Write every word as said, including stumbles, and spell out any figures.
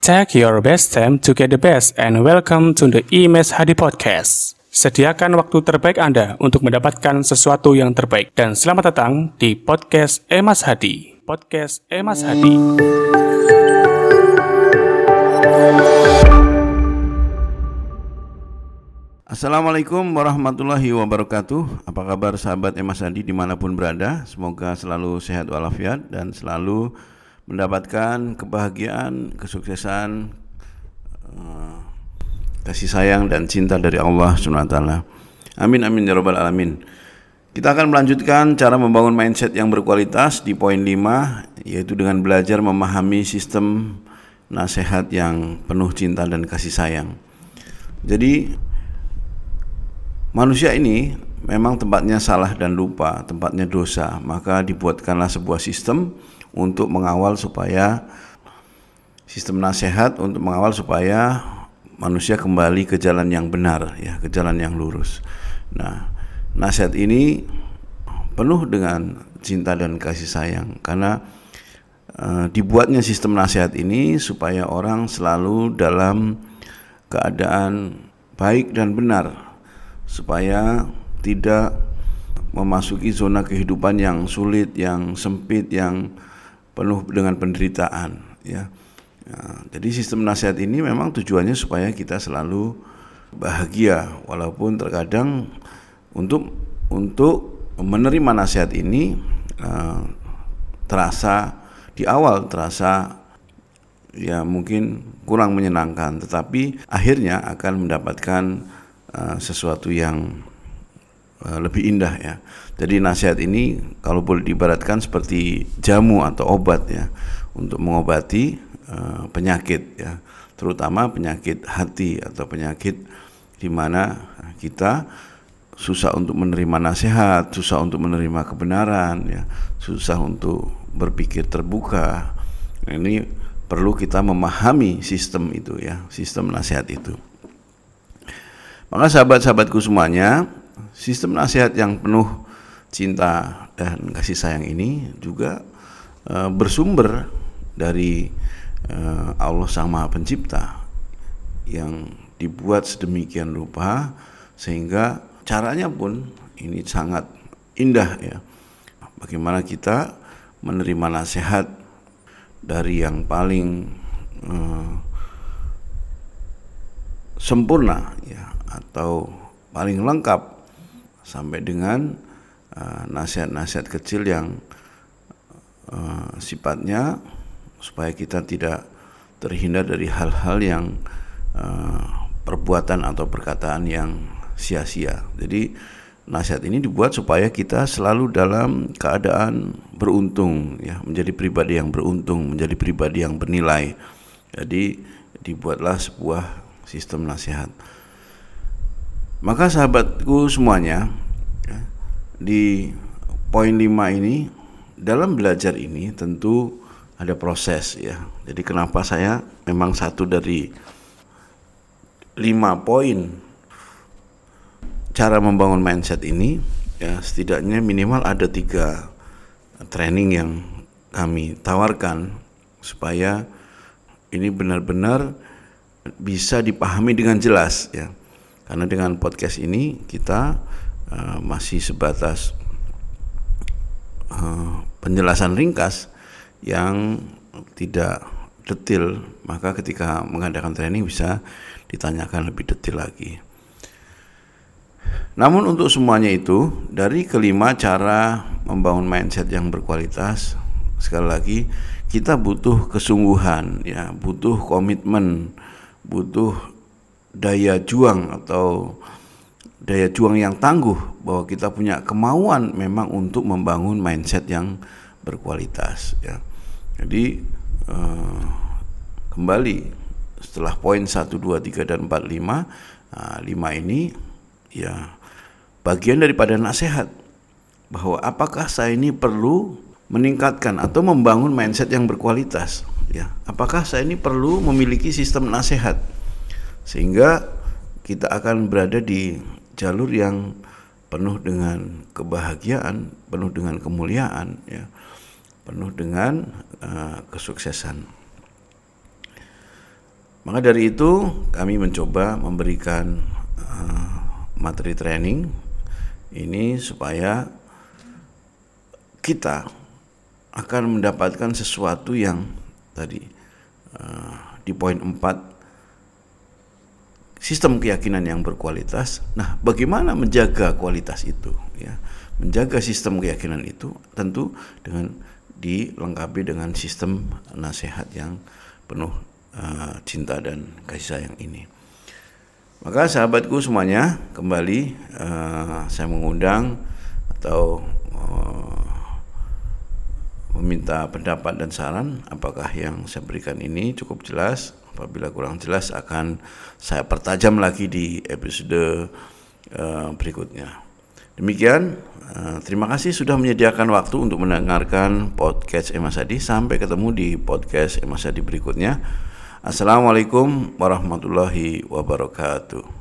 Take your best time to get the best and welcome to the I M E S Hadi Podcast. Sediakan waktu terbaik Anda untuk mendapatkan sesuatu yang terbaik. Dan selamat datang di Podcast Emas Hadi. Podcast Emas Hadi. Assalamualaikum warahmatullahi wabarakatuh. Apa kabar sahabat Emas Hadi dimanapun berada? Semoga selalu sehat walafiat dan selalu mendapatkan kebahagiaan, kesuksesan, uh, kasih sayang dan cinta dari Allah subhanahu wa taala. Amin amin ya rabbal alamin. Kita akan melanjutkan cara membangun mindset yang berkualitas di poin lima, yaitu dengan belajar memahami sistem nasihat yang penuh cinta dan kasih sayang. Jadi manusia ini memang tempatnya salah dan lupa, tempatnya dosa, maka dibuatkanlah sebuah sistem untuk mengawal supaya sistem nasihat untuk mengawal supaya manusia kembali ke jalan yang benar, ya, ke jalan yang lurus. Nah, nasihat ini penuh dengan cinta dan kasih sayang karena uh, dibuatnya sistem nasihat ini supaya orang selalu dalam keadaan baik dan benar, supaya tidak memasuki zona kehidupan yang sulit, yang sempit, yang penuh dengan penderitaan, ya. Nah, jadi sistem nasihat ini memang tujuannya supaya kita selalu bahagia, walaupun terkadang untuk untuk menerima nasihat ini uh, terasa di awal terasa ya mungkin kurang menyenangkan, tetapi akhirnya akan mendapatkan Uh, sesuatu yang uh, lebih indah, ya. Jadi nasihat ini kalau boleh diibaratkan seperti jamu atau obat, ya, untuk mengobati uh, penyakit, ya, terutama penyakit hati atau penyakit di mana kita susah untuk menerima nasihat, susah untuk menerima kebenaran, ya, susah untuk berpikir terbuka. Nah, ini perlu kita memahami sistem itu, ya, sistem nasihat itu. Maka sahabat-sahabatku semuanya, sistem nasihat yang penuh cinta dan kasih sayang ini juga e, bersumber dari e, Allah Sang Maha Pencipta yang dibuat sedemikian rupa sehingga caranya pun ini sangat indah, ya. Bagaimana kita menerima nasihat dari yang paling e, sempurna, ya, atau paling lengkap sampai dengan uh, nasihat-nasihat kecil yang uh, sifatnya supaya kita tidak terhindar dari hal-hal yang uh, perbuatan atau perkataan yang sia-sia. Jadi nasihat ini dibuat supaya kita selalu dalam keadaan beruntung, ya, menjadi pribadi yang beruntung, menjadi pribadi yang bernilai. Jadi dibuatlah sebuah sistem nasihat. Maka sahabatku semuanya, ya, di poin lima ini, dalam belajar ini tentu ada proses, ya. Jadi kenapa saya memang satu dari lima poin cara membangun mindset ini, ya, setidaknya minimal ada tiga training yang kami tawarkan supaya ini benar-benar bisa dipahami dengan jelas, ya. Karena dengan podcast ini kita uh, masih sebatas uh, penjelasan ringkas yang tidak detail, maka ketika mengadakan training bisa ditanyakan lebih detail lagi. Namun untuk semuanya itu, dari kelima cara membangun mindset yang berkualitas, sekali lagi kita butuh kesungguhan, ya, butuh komitmen, butuh daya juang atau daya juang yang tangguh, bahwa kita punya kemauan memang untuk membangun mindset yang berkualitas, ya. Jadi eh, kembali setelah poin satu, dua, tiga dan empat, lima, nah, lima ini ya bagian daripada nasihat bahwa apakah saya ini perlu meningkatkan atau membangun mindset yang berkualitas, ya. Apakah saya ini perlu memiliki sistem nasihat sehingga kita akan berada di jalur yang penuh dengan kebahagiaan, penuh dengan kemuliaan, ya, penuh dengan uh, kesuksesan. Maka dari itu kami mencoba memberikan uh, materi training ini supaya kita akan mendapatkan sesuatu yang tadi uh, di poin empat, sistem keyakinan yang berkualitas. Nah, bagaimana menjaga kualitas itu? Ya, menjaga sistem keyakinan itu tentu dengan dilengkapi dengan sistem nasihat yang penuh Uh, cinta dan kasih sayang ini. Maka sahabatku semuanya, kembali uh, saya mengundang atau uh, meminta pendapat dan saran apakah yang saya berikan ini cukup jelas. Apabila kurang jelas akan saya pertajam lagi di episode uh, berikutnya. Demikian, uh, terima kasih sudah menyediakan waktu untuk mendengarkan podcast Emas Hadi. Sampai ketemu di podcast Emas Hadi berikutnya. Assalamualaikum warahmatullahi wabarakatuh.